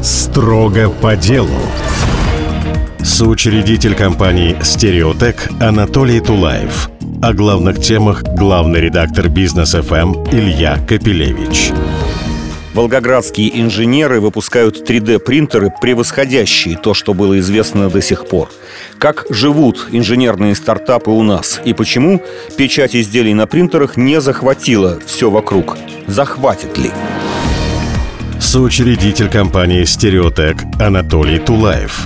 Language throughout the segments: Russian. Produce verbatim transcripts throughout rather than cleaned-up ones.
Строго по делу. Соучредитель компании «Стереотек» Анатолий Тулаев. О главных темах главный редактор «Бизнес эф эм» Илья Капелевич. Волгоградские инженеры выпускают три дэ-принтеры, превосходящие то, что было известно до сих пор. Как живут инженерные стартапы у нас и почему печать изделий на принтерах не захватила все вокруг? Захватит ли? Соучредитель компании «Стереотек» Анатолий Тулаев.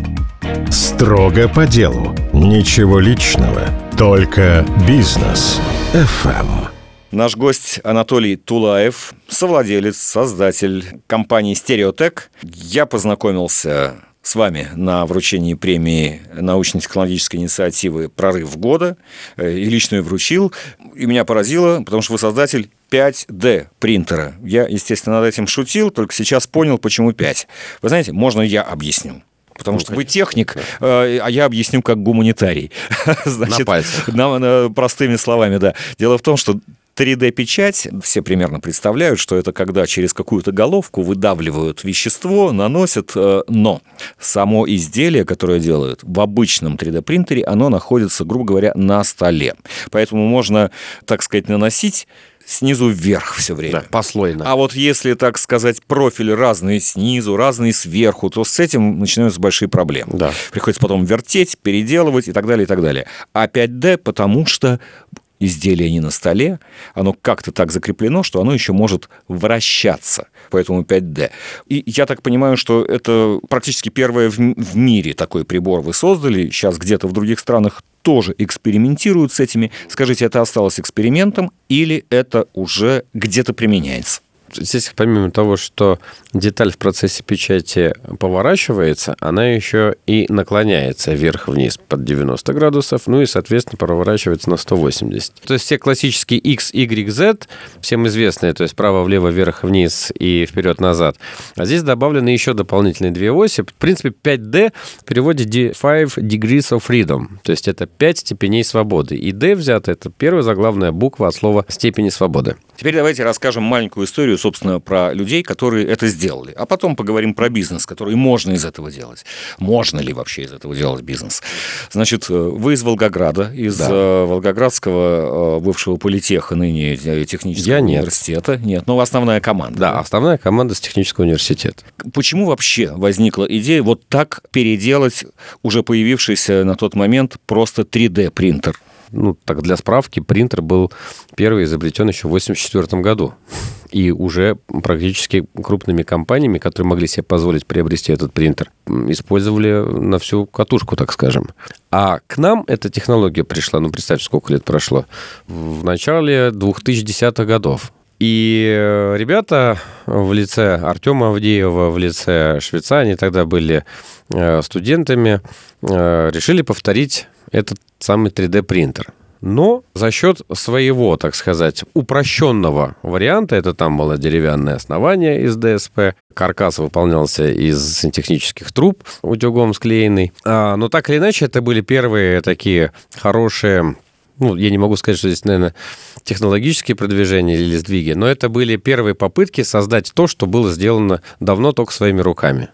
Строго по делу. Ничего личного. Только бизнес эф эм. Наш гость Анатолий Тулаев, совладелец, создатель компании «Стереотек». Я познакомился с вами на вручении премии научно-технологической инициативы «Прорыв года» и лично ее вручил. И меня поразило, потому что вы создатель пять дэ-принтера. Я, естественно, над этим шутил, только сейчас понял, почему пять. Вы знаете, можно я объясню? Потому ну, что конечно. Вы техник, э, а я объясню как гуманитарий. Значит, на пальцах. На, на, простыми словами, да. Дело в том, что три дэ-печать, все примерно представляют, что это когда через какую-то головку выдавливают вещество, наносят, э, но само изделие, которое делают в обычном три дэ-принтере, оно находится, грубо говоря, на столе. Поэтому можно, так сказать, наносить снизу вверх все время. Да, послойно. А вот если, так сказать, профили разные снизу, разные сверху, то с этим начинаются большие проблемы. Да. Приходится потом вертеть, переделывать и так далее, и так далее. А пять дэ, потому что изделие не на столе, оно как-то так закреплено, что оно еще может вращаться, поэтому пять дэ. И я так понимаю, что это практически первое в мире такой прибор вы создали, сейчас где-то в других странах тоже экспериментируют с этими. Скажите, это осталось экспериментом или это уже где-то применяется? Здесь, помимо того, что деталь в процессе печати поворачивается, она еще и наклоняется вверх-вниз под девяносто градусов, ну и, соответственно, поворачивается на сто восемьдесят. То есть все классические X, Y, Z, всем известные, то есть право-влево, вверх-вниз и вперед-назад. А здесь добавлены еще дополнительные две оси. В принципе, пять дэ в переводе five degrees of freedom, то есть это пять степеней свободы. И D взято, это первая заглавная буква от слова «степени свободы». Теперь давайте расскажем маленькую историю, собственно, про людей, которые это сделали. А потом поговорим про бизнес, который можно из этого делать. Можно ли вообще из этого делать бизнес? Значит, вы из Волгограда, из да. Волгоградского бывшего политеха, ныне технического Я университета. Нет. Нет, но основная команда. Да, да, основная команда с технического университета. Почему вообще возникла идея вот так переделать уже появившийся на тот момент просто три дэ-принтер? Ну, так для справки, принтер был первый изобретен еще в восемьдесят четвёртом году. И уже практически крупными компаниями, которые могли себе позволить приобрести этот принтер, использовали на всю катушку, так скажем. А к нам эта технология пришла, ну, представьте, сколько лет прошло, в начале двухтысячных годов. И ребята в лице Артема Авдеева, в лице Швеца, они тогда были студентами, решили повторить этот самый три дэ-принтер. Но за счет своего, так сказать, упрощенного варианта, это там было деревянное основание из дэ эс пэ, каркас выполнялся из сантехнических труб, утюгом склеенный. А, но так или иначе, это были первые такие хорошие... Ну, я не могу сказать, что здесь, наверное, технологические продвижения или сдвиги, но это были первые попытки создать то, что было сделано давно только своими руками.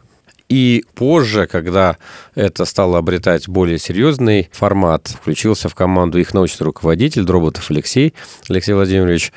И позже, когда это стало обретать более серьезный формат, включился в команду их научный руководитель Дроботов Алексей, Алексей Владимирович,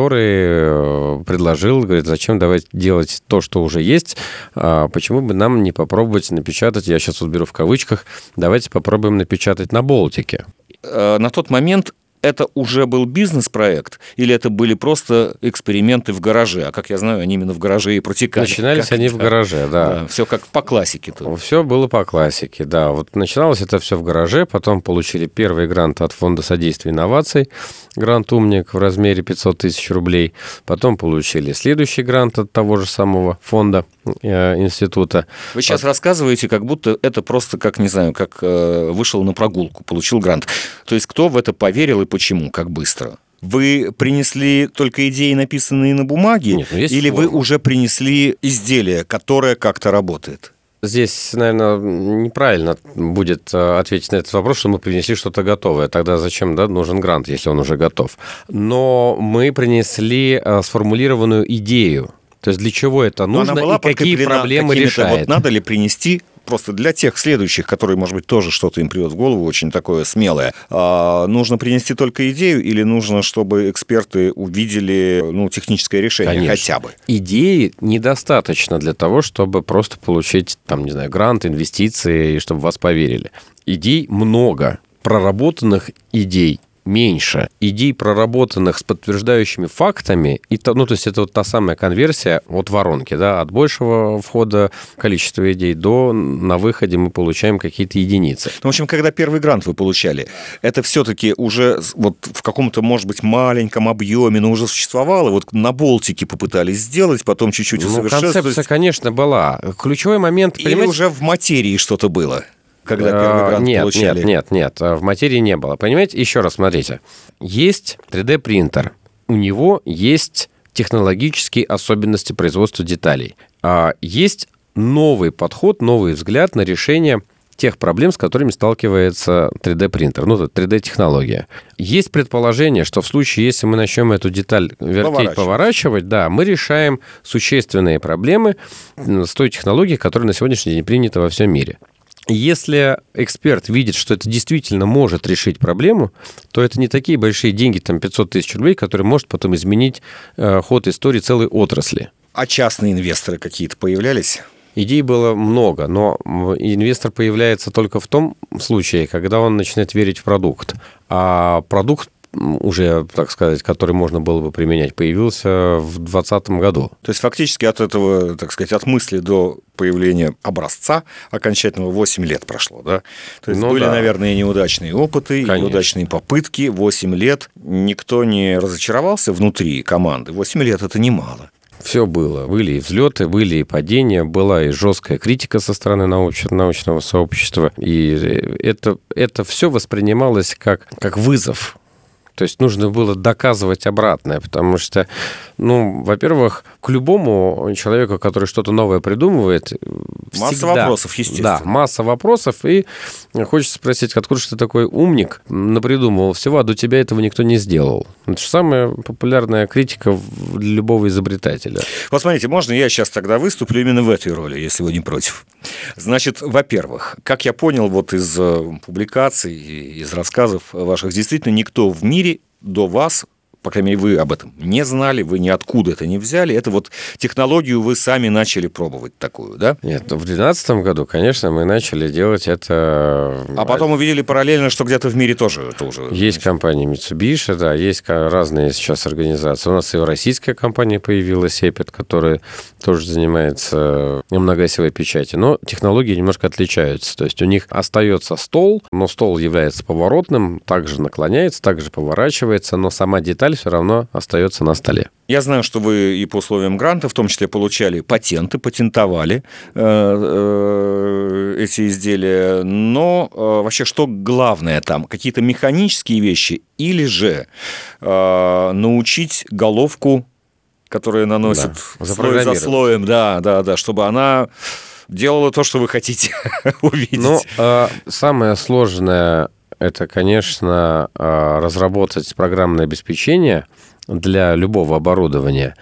который предложил, говорит, зачем давать делать то, что уже есть, а почему бы нам не попробовать напечатать, я сейчас вот беру в кавычках, давайте попробуем напечатать на болтике. На тот момент это уже был бизнес-проект или это были просто эксперименты в гараже? А как я знаю, они именно в гараже и протекали. Начинались как они это? в гараже, да. да. Все как по классике. Тут. Все было по классике, да. Вот начиналось это все в гараже, потом получили первый грант от Фонда содействия инноваций, грант «Умник» в размере пятьсот тысяч рублей. Потом получили следующий грант от того же самого фонда э, института. Вы сейчас Под... рассказываете, как будто это просто, как, не знаю, как э, вышел на прогулку, получил грант. То есть кто в это поверил и почему, как быстро? Вы принесли только идеи, написанные на бумаге, Нет, ну или форма. Вы уже принесли изделие, которое как-то работает? Здесь, наверное, неправильно будет ответить на этот вопрос, что мы принесли что-то готовое. Тогда зачем, да, нужен грант, если он уже готов? Но мы принесли сформулированную идею. То есть для чего это нужно она была и какие проблемы решает. Вот надо ли принести просто для тех следующих, которые, может быть, тоже что-то им придет в голову, очень такое смелое. А нужно принести только идею или нужно, чтобы эксперты увидели ну, техническое решение? Конечно. Хотя бы? Идеи недостаточно для того, чтобы просто получить, там, не знаю, грант, инвестиции, и чтобы вас поверили. Идей много. Проработанных идей меньше. Идей, проработанных с подтверждающими фактами, и, ну, то есть это вот та самая конверсия от воронки, да, от большего входа количества идей до на выходе мы получаем какие-то единицы. Ну, в общем, когда первый грант вы получали, это все-таки уже вот в каком-то, может быть, маленьком объеме, но уже существовало, вот на болтике попытались сделать, потом чуть-чуть усовершенствовать. Ну, концепция, конечно, была. Ключевой момент, или понимаете... уже в материи что-то было? Когда первый грант нет, получали? Нет, нет, нет, в материи не было. Понимаете, еще раз смотрите. Есть три дэ-принтер, у него есть технологические особенности производства деталей. Есть новый подход, новый взгляд на решение тех проблем, с которыми сталкивается три дэ-принтер, ну, три дэ-технология. Есть предположение, что в случае, если мы начнем эту деталь вертеть, поворачивать, поворачивать, да, мы решаем существенные проблемы с той технологией, которая на сегодняшний день принята во всем мире. Если эксперт видит, что это действительно может решить проблему, то это не такие большие деньги, там пятьсот тысяч рублей, которые может потом изменить э, ход истории целой отрасли. А частные инвесторы какие-то появлялись? Идей было много, но инвестор появляется только в том случае, когда он начинает верить в продукт. А продукт уже, так сказать, который можно было бы применять, появился в двадцатом году. То есть фактически от этого, так сказать, от мысли до появления образца окончательного восемь лет прошло, да? То есть ну, были, да. наверное, и неудачные опыты, Конечно. и неудачные попытки. восемь лет никто не разочаровался внутри команды. восемь лет – это немало. Все было. Были и взлеты, были и падения, была и жесткая критика со стороны науч... научного сообщества. И это, это все воспринималось как, как вызов. То есть нужно было доказывать обратное, потому что, ну, во-первых, к любому человеку, который что-то новое придумывает, масса всегда, вопросов, естественно. Да, масса вопросов, и хочется спросить, откуда же ты такой умник, напридумывал всего, а до тебя этого никто не сделал. Это же самая популярная критика для любого изобретателя. Вот смотрите, можно я сейчас тогда выступлю именно в этой роли, если вы не против? Значит, во-первых, как я понял вот из публикаций, из рассказов ваших, действительно никто в мире до вас, по крайней мере, вы об этом не знали, вы ниоткуда это не взяли. Это вот технологию вы сами начали пробовать такую, да? Нет, ну, в две тысячи двенадцатом году, конечно, мы начали делать это... А потом увидели параллельно, что где-то в мире тоже это уже... Есть компания Mitsubishi, да, есть разные сейчас организации. У нас и российская компания появилась, Эпет, которая тоже занимается многоосевой печати. Но технологии немножко отличаются. То есть у них остается стол, но стол является поворотным, также наклоняется, также поворачивается, но сама деталь все равно остается на столе. Я знаю, что вы и по условиям гранта, в том числе, получали патенты, патентовали э, э, эти изделия. Но э, вообще, что главное там? Какие-то механические вещи или же э, научить головку, которая наносит да, слой за слоем, да, да, да, чтобы она делала то, что вы хотите увидеть? Ну, э, самое сложное... Это, конечно, разработать программное обеспечение для любого оборудования.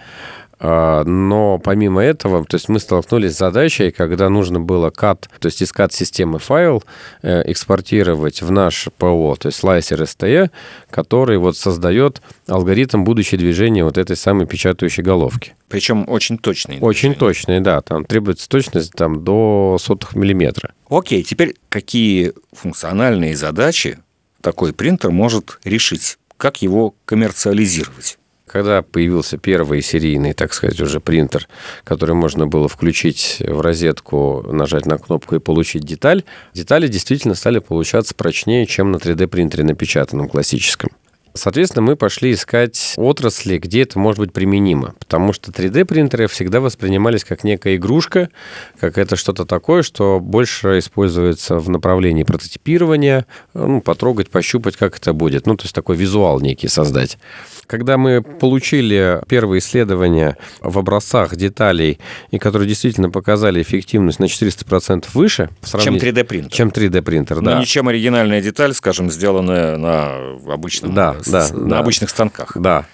Но помимо этого, то есть мы столкнулись с задачей, когда нужно было кат, то есть из кат-системы файл экспортировать в наш ПО, то есть слайсер эс тэ е, который вот создает алгоритм будущего движения вот этой самой печатающей головки. Причем очень точный. Очень точный, да. Там требуется точность там, до сотых миллиметра. Окей, теперь какие функциональные задачи такой принтер может решить? Как его коммерциализировать? Когда появился первый серийный, так сказать, уже принтер, который можно было включить в розетку, нажать на кнопку и получить деталь, детали действительно стали получаться прочнее, чем на три дэ-принтере напечатанном классическом. Соответственно, мы пошли искать отрасли, где это может быть применимо, потому что три дэ-принтеры всегда воспринимались как некая игрушка, как это что-то такое, что больше используется в направлении прототипирования, ну, потрогать, пощупать, как это будет, ну, то есть такой визуал некий создать. Когда мы получили первые исследования в образцах деталей, и которые действительно показали эффективность на четыреста процентов выше... Чем три дэ-принтер. Чем три дэ-принтер, да. Но ничем оригинальная деталь, скажем, сделанная на обычном, да, с, да, на да. обычных станках. Да.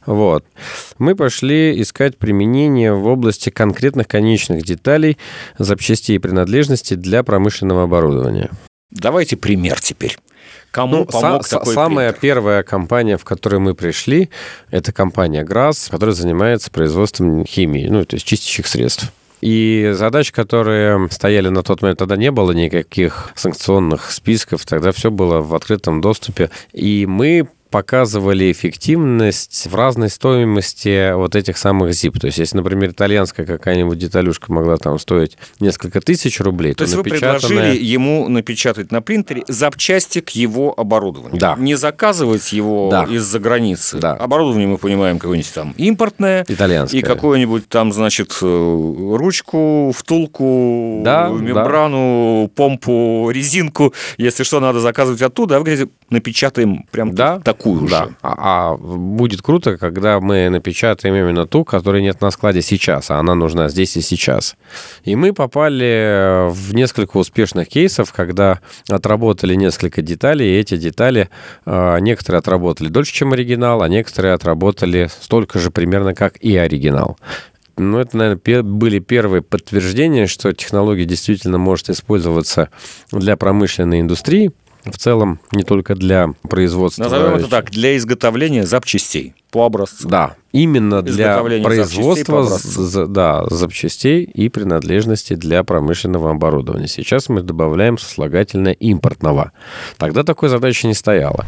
Вот. Мы пошли искать применение в области конкретных конечных деталей, запчастей и принадлежностей для промышленного оборудования. Давайте пример теперь. Кому ну, помог са- такой Самая принтер? первая компания, в которую мы пришли, это компания ГРАС, которая занимается производством химии, ну, то есть чистящих средств. И задач, которые стояли на тот момент, тогда не было никаких санкционных списков, тогда все было в открытом доступе. И мы показывали эффективность в разной стоимости вот этих самых зип. То есть, если, например, итальянская какая-нибудь деталюшка могла там стоить несколько тысяч рублей, то, то, есть напечатанная... вы предложили ему напечатать на принтере запчасти к его оборудованию. Да. Не заказывать его Да. из-за границы. Да. Оборудование, мы понимаем, какое-нибудь там импортное. Итальянское. И какую-нибудь там, значит, ручку, втулку, Да, мембрану, да. помпу, резинку. Если что, надо заказывать оттуда, а вы говорите, напечатаем прям да. такую Да. же. А, а будет круто, когда мы напечатаем именно ту, которой нет на складе сейчас, а она нужна здесь и сейчас. И мы попали в несколько успешных кейсов, когда отработали несколько деталей, и эти детали э, некоторые отработали дольше, чем оригинал, а некоторые отработали столько же примерно, как и оригинал. Ну, это, наверное, были первые подтверждения, что технология действительно может использоваться для промышленной индустрии, в целом, не только для производства. Назовем это так, для изготовления запчастей по образцу. Да, именно для производства запчастей да, запчастей и принадлежностей для промышленного оборудования. Сейчас мы добавляем сослагательное импортного. Тогда такой задачи не стояло.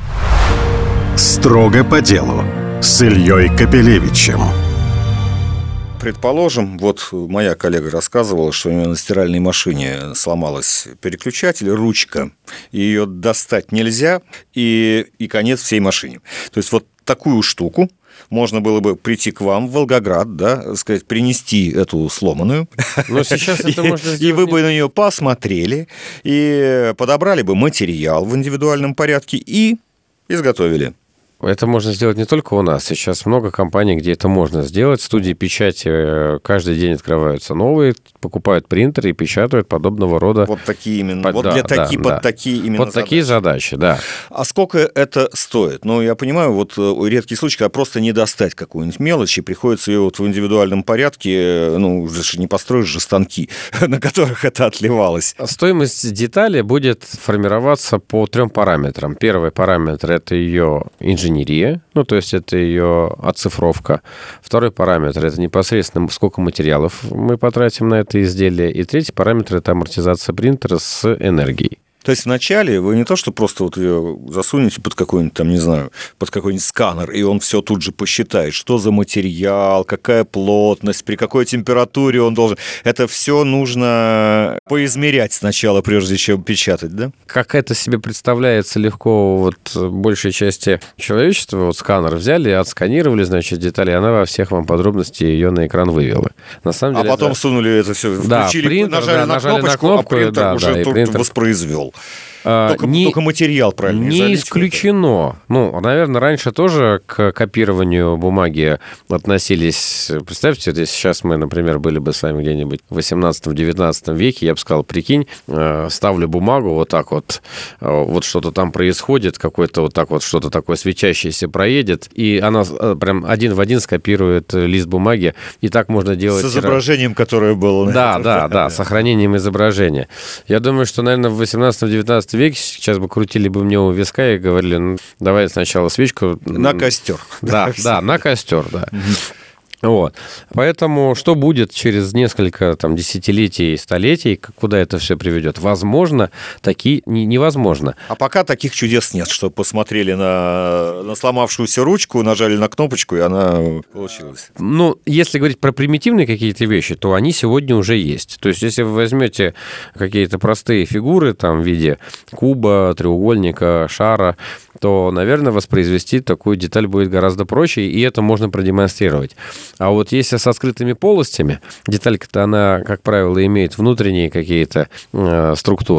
Строго по делу с Ильей Капелевичем. Предположим, вот моя коллега рассказывала, что у нее на стиральной машине сломалась переключатель, ручка, ее достать нельзя, и, и конец всей машине. То есть вот такую штуку можно было бы прийти к вам в Волгоград, да, сказать, принести эту сломанную. Но сейчас это можно сделать. И вы бы на нее посмотрели, и подобрали бы материал в индивидуальном порядке и изготовили. Это можно сделать не только у нас. Сейчас много компаний, где это можно сделать. Студии печати каждый день открываются новые, покупают принтеры и печатают подобного рода. Вот такие именно. Под, вот да, для да, таки, да. под такие именно Под задачи. такие задачи, да. А сколько это стоит? Ну, я понимаю, вот редкий случай, когда просто не достать какую-нибудь мелочь, и приходится ее вот в индивидуальном порядке, ну, не построишь же станки, на которых это отливалось. Стоимость детали будет формироваться по трем параметрам. Первый параметр – это ее инженерия. Ну, то есть это ее оцифровка. Второй параметр – это непосредственно сколько материалов мы потратим на это изделие. И третий параметр – это амортизация принтера с энергией. То есть вначале вы не то, что просто вот ее засунете под какой-нибудь там, не знаю, под какой-нибудь сканер, и он все тут же посчитает, что за материал, какая плотность, при какой температуре он должен. Это все нужно поизмерять сначала, прежде чем печатать, да? Как это себе представляется легко вот большей части человечества, вот сканер взяли, отсканировали, значит, детали, она во всех вам подробностей ее на экран вывела. На самом деле, а потом это... сунули это все, да, включили, принтер, нажали, да, на, нажали кнопочку, на кнопку, а принтер да, уже да, только принтер... воспроизвел. А, только, не, только материал правильно. Не, не исключено. Ну, наверное, раньше тоже к копированию бумаги относились. Представьте, если сейчас мы, например, были бы с вами где-нибудь в восемнадцатом-девятнадцатом веке, я бы сказал, прикинь, ставлю бумагу вот так вот, вот что-то там происходит, какое-то вот так вот что-то такое светящееся проедет, и она прям один в один скопирует лист бумаги, и так можно делать... С изображением, которое было. Да, да, да, с сохранением изображения. Я думаю, что, наверное, в восемнадцатом-девятнадцатом веке сейчас бы крутили бы мне у виска и говорили, ну, давай сначала свечку... На костер. Да, да, на костер, да. Вот. Поэтому что будет через несколько там, десятилетий, столетий, куда это все приведет? Возможно, такие не, невозможно. А пока таких чудес нет, что посмотрели на, на сломавшуюся ручку, нажали на кнопочку, и она получилась. Ну, если говорить про примитивные какие-то вещи, то они сегодня уже есть. То есть, если вы возьмете какие-то простые фигуры там, в виде куба, треугольника, шара, то, наверное, воспроизвести такую деталь будет гораздо проще, и это можно продемонстрировать. А вот если со скрытыми полостями, деталька-то она, как правило, имеет внутренние какие-то э, структуры,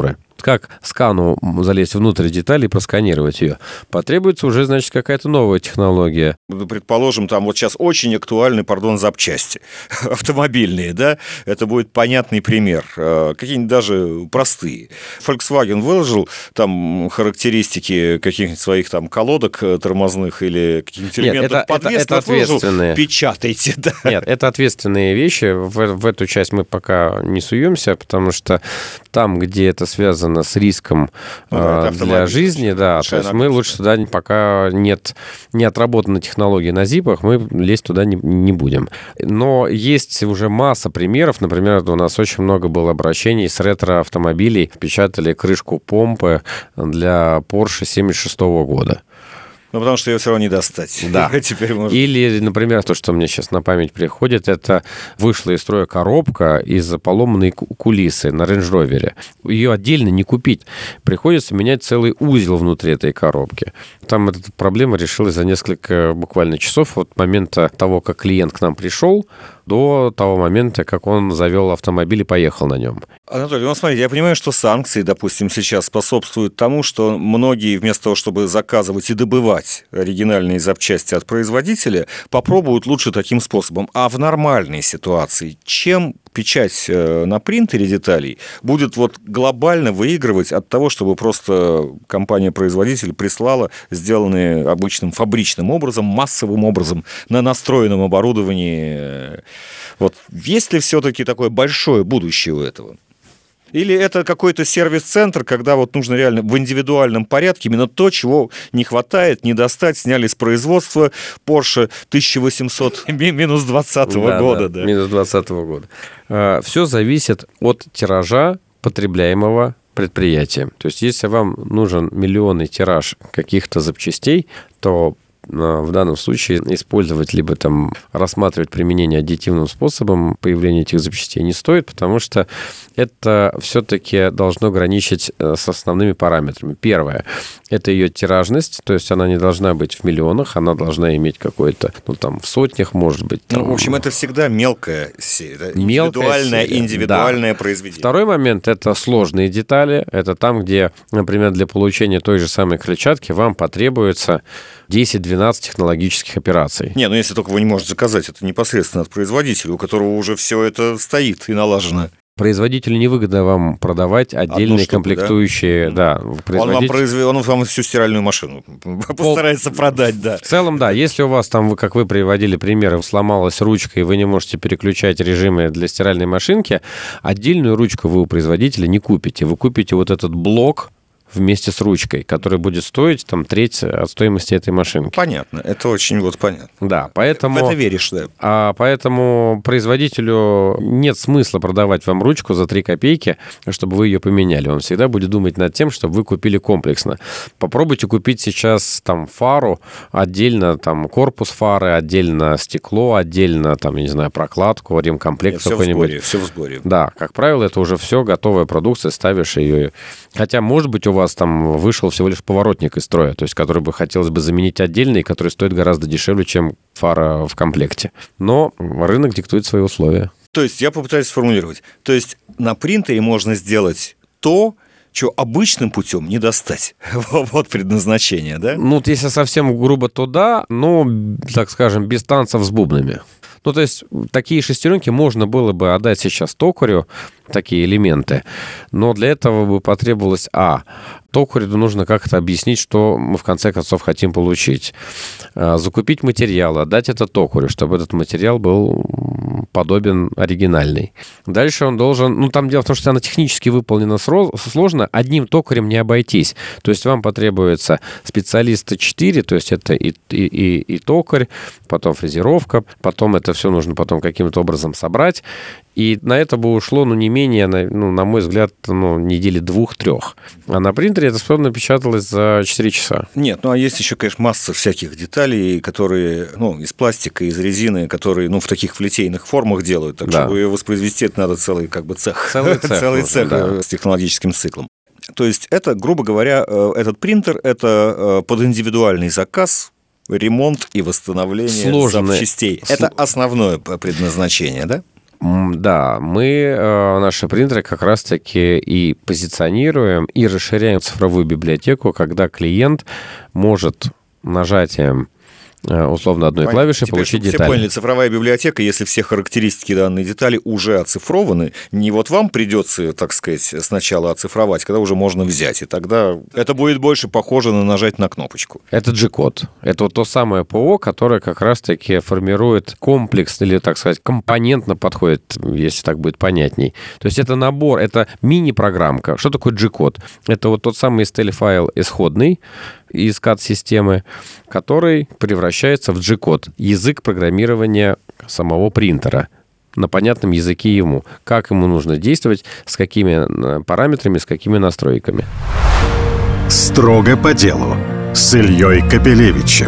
как скану залезть внутрь детали и просканировать ее. Потребуется уже, значит, какая-то новая технология. Предположим, там вот сейчас очень актуальны, пардон, запчасти автомобильные, да? Это будет понятный пример. Какие-нибудь даже простые. Volkswagen выложил там характеристики каких-нибудь своих там колодок тормозных или каких-нибудь элементов Нет, это, подвески. Это, это ответственные. Печатайте, да. Нет, это ответственные вещи. В, в эту часть мы пока не суемся, потому что там, где это связано с риском ну, да, для жизни, да, то есть мы лучше туда пока нет не отработанной технологии на зипах, мы лезть туда не, не будем. Но есть уже масса примеров. Например, у нас очень много было обращений с ретро-автомобилей. Печатали крышку помпы для Porsche семьдесят шестого года. Ну, потому что ее все равно не достать. Да. Теперь можно... Или, например, то, что мне сейчас на память приходит, это вышла из строя коробка из-за поломанной кулисы на Range Rover. Ее отдельно не купить. Приходится менять целый узел внутри этой коробки. Там эта проблема решилась за несколько буквально часов от момента того, как клиент к нам пришел, до того момента, как он завел автомобиль и поехал на нем. Анатолий, ну смотрите, я понимаю, что санкции, допустим, сейчас способствуют тому, что многие вместо того, чтобы заказывать и добывать оригинальные запчасти от производителя, попробуют лучше таким способом. А в нормальной ситуации чем печать на принтере деталей будет вот глобально выигрывать от того, чтобы просто компания-производитель прислала сделанные обычным фабричным образом, массовым образом, на настроенном оборудовании. Вот есть ли все-таки такое большое будущее у этого? Или это какой-то сервис-центр, когда вот нужно реально в индивидуальном порядке именно то, чего не хватает, не достать, сняли с производства Porsche тысяча восемьсот минус двадцатого да, года. Да, да. минус двадцатого года. Все зависит от тиража потребляемого предприятия. То есть, если вам нужен миллионный тираж каких-то запчастей, то в данном случае использовать либо там рассматривать применение аддитивным способом появления этих запчастей не стоит, потому что это все-таки должно граничить с основными параметрами. Первое – это ее тиражность, то есть она не должна быть в миллионах, она должна иметь какой-то, ну там в сотнях, может быть. Там... Ну, в общем, это всегда мелкая серия, индивидуальное, серия. индивидуальное да. произведение. Второй момент – это сложные детали, это там, где, например, для получения той же самой клетчатки вам потребуется десять-двенадцать технологических операций. Не, ну если только вы не можете заказать это непосредственно от производителя, у которого уже все это стоит и налажено. Производителю невыгодно вам продавать отдельные штуку, комплектующие. Да? Да, производитель... он, вам произв... он вам всю стиральную машину постарается Пол... продать, да. В целом, да. Если у вас там, как вы приводили примеры, сломалась ручка, и вы не можете переключать режимы для стиральной машинки, отдельную ручку вы у производителя не купите. Вы купите вот этот блок вместе с ручкой, который будет стоить там треть от стоимости этой машинки. Понятно, это очень вот понятно. Да, поэтому... В это веришь, да. А поэтому производителю нет смысла продавать вам ручку за три копейки, чтобы вы ее поменяли. Он всегда будет думать над тем, чтобы вы купили комплексно. Попробуйте купить сейчас там фару, отдельно там корпус фары, отдельно стекло, отдельно там, я не знаю, прокладку, ремкомплект какой-нибудь. Все в сборе. Да, как правило, это уже все готовая продукция, ставишь ее. Хотя, может быть, у вас там вышел всего лишь поворотник из строя, то есть который бы хотелось бы заменить отдельный, который стоит гораздо дешевле, чем фара в комплекте. Но рынок диктует свои условия. То есть я попытаюсь сформулировать. То есть на принтере можно сделать то, что обычным путем не достать. Вот предназначение, да? Ну, если совсем грубо, то да, но, так скажем, без танцев с бубнами. Ну, то есть такие шестеренки можно было бы отдать сейчас токарю, такие элементы, но для этого бы потребовалось, а, токарю нужно как-то объяснить, что мы в конце концов хотим получить. Закупить материал, отдать это токарю, чтобы этот материал был подобен оригинальный. Дальше он должен... Ну, там дело в том, что она технически выполнена сложно, одним токарем не обойтись. То есть вам потребуется специалиста четыре, то есть это и, и, и, и токарь, потом фрезеровка, потом это все нужно потом каким-то образом собрать. И на это бы ушло, ну, не менее, ну, на мой взгляд, ну, недели двух-трех. А на принтере это все напечаталось за четыре часа. Нет, ну, а есть еще, конечно, масса всяких деталей, которые, ну, из пластика, из резины, которые, ну, в таких флетейных формах делают. Так, да. Чтобы ее воспроизвести, это надо целый, как бы, цех. Целый цех. Целый цех да. С технологическим циклом. То есть это, грубо говоря, этот принтер – это под индивидуальный заказ, ремонт и восстановление Сложные. запчастей. Это основное предназначение, да? Да, мы наши принтеры как раз-таки и позиционируем, и расширяем цифровую библиотеку, когда клиент может нажатием условно одной Понятно. клавиши Теперь, получить все детали. поняли, цифровая библиотека, если все характеристики данной детали уже оцифрованы, не вот вам придется, так сказать, сначала оцифровать, когда уже можно взять, и тогда это будет больше похоже на нажать на кнопочку. Это G-код. Это вот то самое ПО, которое как раз-таки формирует комплекс, или, так сказать, компонентно подходит, если так будет понятней. То есть это набор, это мини-программка. Что такое G-код? Это вот тот самый стель-файл исходный из кад-системы, который превращается в G-код, язык программирования самого принтера, на понятном языке ему. Как ему нужно действовать, с какими параметрами, с какими настройками. Строго по делу с Ильей Капелевичем.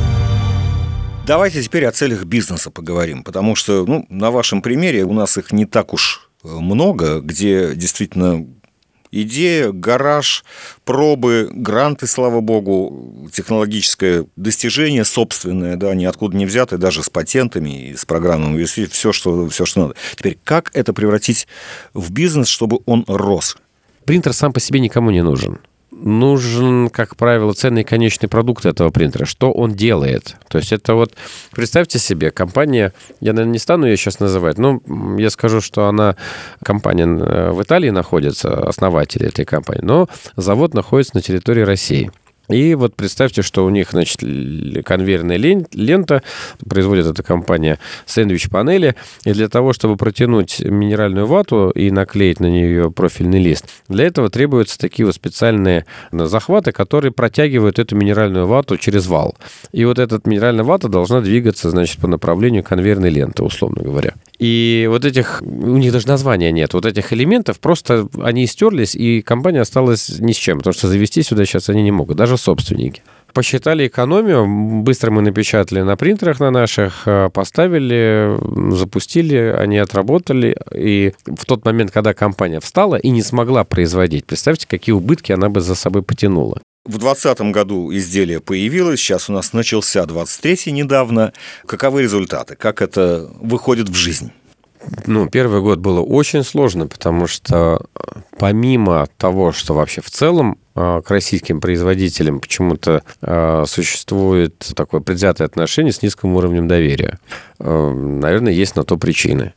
Давайте теперь о целях бизнеса поговорим, потому что, ну, на вашем примере у нас их не так уж много, где действительно идея, гараж, пробы, гранты, слава богу, технологическое достижение собственное, да, ниоткуда не взятое, даже с патентами и с программным, все, что, все, что надо. Теперь, как это превратить в бизнес, чтобы он рос? Принтер сам по себе никому не нужен. Нужен, как правило, ценный конечный продукт этого принтера. Что он делает? То есть это вот, представьте себе, компания, я, наверное, не стану ее сейчас называть, но я скажу, что она, компания в Италии находится, основатели этой компании, но завод находится на территории России. И вот представьте, что у них, значит, конвейерная лента, производит эта компания сэндвич-панели, и для того, чтобы протянуть минеральную вату и наклеить на нее профильный лист, для этого требуются такие вот специальные захваты, которые протягивают эту минеральную вату через вал. И вот эта минеральная вата должна двигаться, значит, по направлению конвейерной ленты, условно говоря. И вот этих, у них даже названия нет, вот этих элементов, просто они стерлись, и компания осталась ни с чем, потому что завести сюда сейчас они не могут, даже собственники. Посчитали экономию, быстро мы напечатали на принтерах на наших, поставили, запустили, они отработали, и в тот момент, когда компания встала и не смогла производить, представьте, какие убытки она бы за собой потянула. В двадцатом году изделие появилось, сейчас у нас начался двадцать третий недавно. Каковы результаты? Как это выходит в жизнь? Ну, первый год было очень сложно, потому что помимо того, что вообще в целом к российским производителям почему-то существует такое предвзятое отношение с низким уровнем доверия. Наверное, есть на то причины.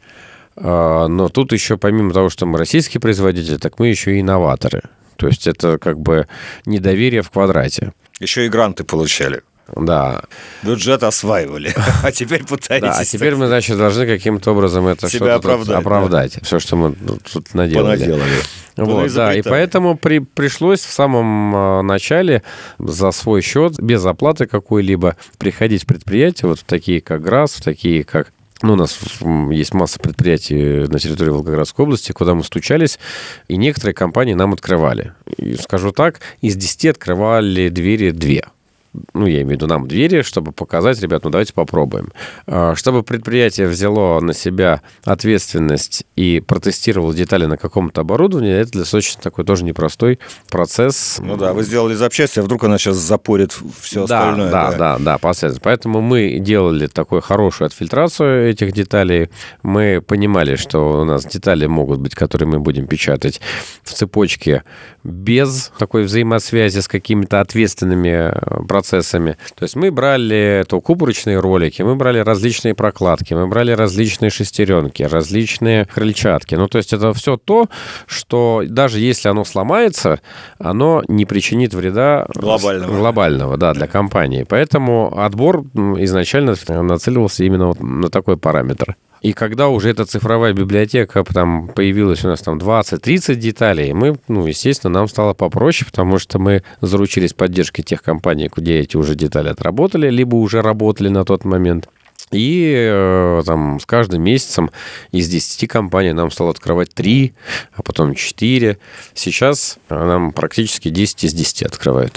Но тут еще помимо того, что мы российские производители, так мы еще и инноваторы. То есть это как бы недоверие в квадрате. Еще и гранты получали. Да. Бюджет осваивали, а теперь пытаетесь... Да, а теперь мы, значит, должны каким-то образом это себя что-то оправдать, оправдать. Да. Все, что мы тут наделали. Понаделали. Вот, да, и поэтому при, пришлось в самом начале за свой счет, без оплаты какой-либо, приходить в предприятия, вот в такие как ГРАС, в такие как... Ну, у нас есть масса предприятий на территории Волгоградской области, куда мы стучались, и некоторые компании нам открывали. И скажу так, из десяти открывали двери две. Ну, я имею в виду нам двери, чтобы показать, ребят, ну, давайте попробуем. Чтобы предприятие взяло на себя ответственность и протестировало детали на каком-то оборудовании, это для достаточно такой тоже непростой процесс. Ну да, вы сделали запчасть, а вдруг она сейчас запорит все да, остальное. Да, да, да, да, последовательно. Поэтому мы делали такую хорошую отфильтрацию этих деталей. Мы понимали, что у нас детали могут быть, которые мы будем печатать в цепочке без такой взаимосвязи с какими-то ответственными процессами. процессами. То есть мы брали то купорочные ролики, мы брали различные прокладки, мы брали различные шестеренки, различные крыльчатки. Ну, то есть это все то, что даже если оно сломается, оно не причинит вреда глобального, глобального да, для компании. Поэтому отбор изначально нацеливался именно вот на такой параметр. И когда уже эта цифровая библиотека там появилась, у нас там двадцать-тридцать деталей, мы, ну, естественно, нам стало попроще, потому что мы заручились поддержкой тех компаний, где эти уже детали отработали, либо уже работали на тот момент. И э, там с каждым месяцем из десяти компаний нам стало открывать три, а потом четыре. Сейчас нам практически десять из десяти открывают.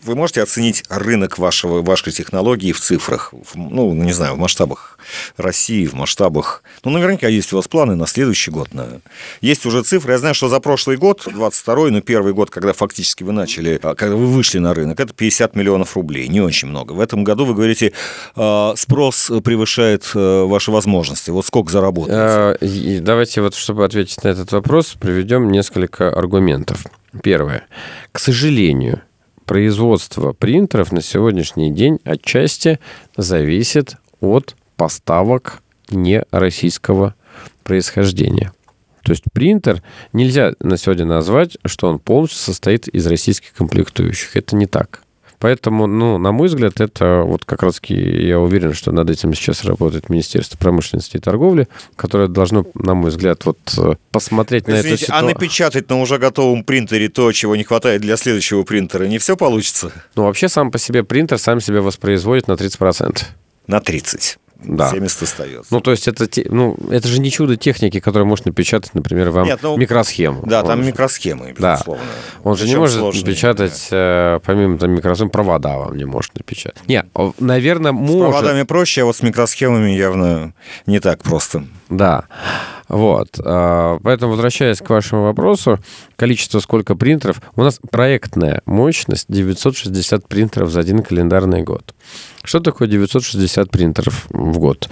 Вы можете оценить рынок вашего, вашей технологии в цифрах? В, ну, не знаю, в масштабах России, в масштабах... Ну, наверняка есть у вас планы на следующий год. На... Есть уже цифры. Я знаю, что за прошлый год, двадцать второй, ну, первый год, когда фактически вы начали, когда вы вышли на рынок, это пятьдесят миллионов рублей. Не очень много. В этом году, вы говорите, спрос превышает ваши возможности. Вот сколько заработаете? Давайте вот, чтобы ответить на этот вопрос, приведем несколько аргументов. Первое. К сожалению, производство принтеров на сегодняшний день отчасти зависит от поставок не российского происхождения. То есть принтер нельзя на сегодня назвать, что он полностью состоит из российских комплектующих. Это не так. Поэтому, ну, на мой взгляд, это вот как раз-таки, я уверен, что над этим сейчас работает Министерство промышленности и торговли, которое должно, на мой взгляд, вот посмотреть Извините, на эту ситуацию. А напечатать на уже готовом принтере то, чего не хватает для следующего принтера, не все получится? Ну, вообще, сам по себе принтер сам себя воспроизводит на тридцать процентов. На тридцать процентов. Да. семьдесят остается. Ну, то есть это, ну, это же не чудо техники, которое может напечатать, например, вам Нет, ну, микросхему. Да, он там же... микросхемы, безусловно. Да. Он же не может сложнее, напечатать, да. помимо там, микросхем, провода вам не может напечатать. Нет, наверное, с может... С проводами проще, а вот с микросхемами явно не так просто. Да. Вот. Поэтому, возвращаясь к вашему вопросу, количество сколько принтеров. У нас проектная мощность девятьсот шестьдесят принтеров за один календарный год. Что такое девятьсот шестьдесят принтеров в год?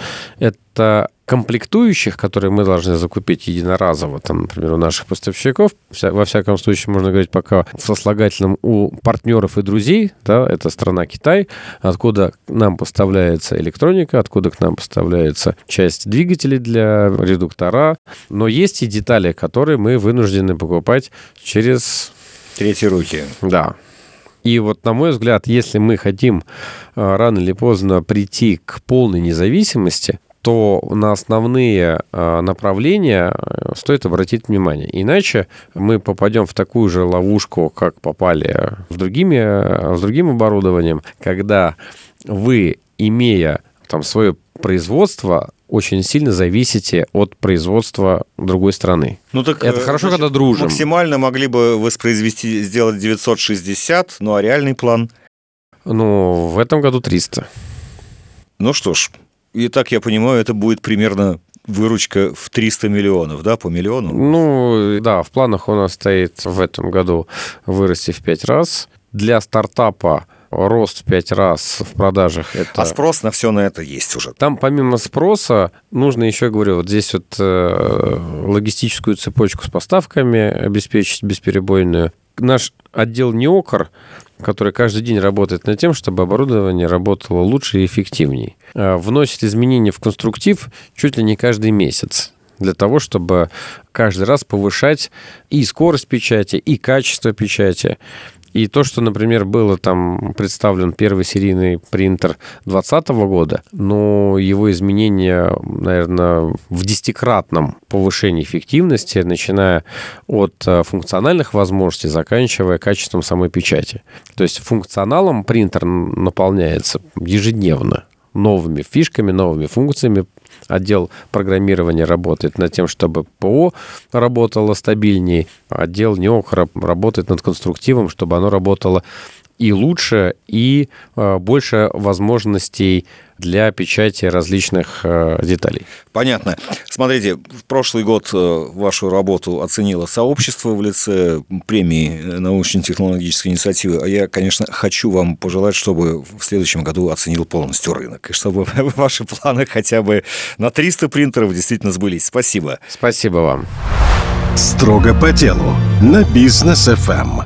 Это комплектующих, которые мы должны закупить единоразово, там, например, у наших поставщиков, во всяком случае, можно говорить пока в сослагательном у партнеров и друзей, да, это страна Китай, откуда к нам поставляется электроника, откуда к нам поставляется часть двигателей для редуктора, но есть и детали, которые мы вынуждены покупать через... Третьи руки. Да. И вот, на мой взгляд, если мы хотим рано или поздно прийти к полной независимости, то на основные направления стоит обратить внимание. Иначе мы попадем в такую же ловушку, как попали в другими, с другим оборудованием, когда вы, имея там свое производство, очень сильно зависите от производства другой страны. Ну, так, это хорошо, значит, когда дружим. Максимально могли бы воспроизвести, сделать девятьсот шестьдесят, ну а реальный план? Ну, в этом году триста. Ну что ж, и так я понимаю, это будет примерно выручка в триста миллионов, да, по миллиону? Ну, да, в планах у нас стоит в этом году вырасти в пять раз. Для стартапа рост в пять раз в продажах. Это... А спрос на все на это есть уже? Там помимо спроса нужно еще, говорю, вот здесь вот э, логистическую цепочку с поставками обеспечить бесперебойную. Наш отдел НИОКР, который каждый день работает над тем, чтобы оборудование работало лучше и эффективнее, вносит изменения в конструктив чуть ли не каждый месяц, для того, чтобы каждый раз повышать и скорость печати, и качество печати. И то, что, например, было там представлен первый серийный принтер двадцатого года, но его изменения, наверное, в десятикратном повышении эффективности, начиная от функциональных возможностей, заканчивая качеством самой печати. То есть функционалом принтер наполняется ежедневно новыми фишками, новыми функциями. Отдел программирования работает над тем, чтобы ПО работало стабильнее. Отдел НИОКР работает над конструктивом, чтобы оно работало и лучше, и больше возможностей для печати различных деталей. Понятно. Смотрите, в прошлый год вашу работу оценило сообщество в лице премии научно-технологической инициативы, а я, конечно, хочу вам пожелать, чтобы в следующем году оценил полностью рынок, и чтобы ваши планы хотя бы на триста принтеров действительно сбылись. Спасибо. Спасибо вам. Строго по делу на Бизнес эф эм.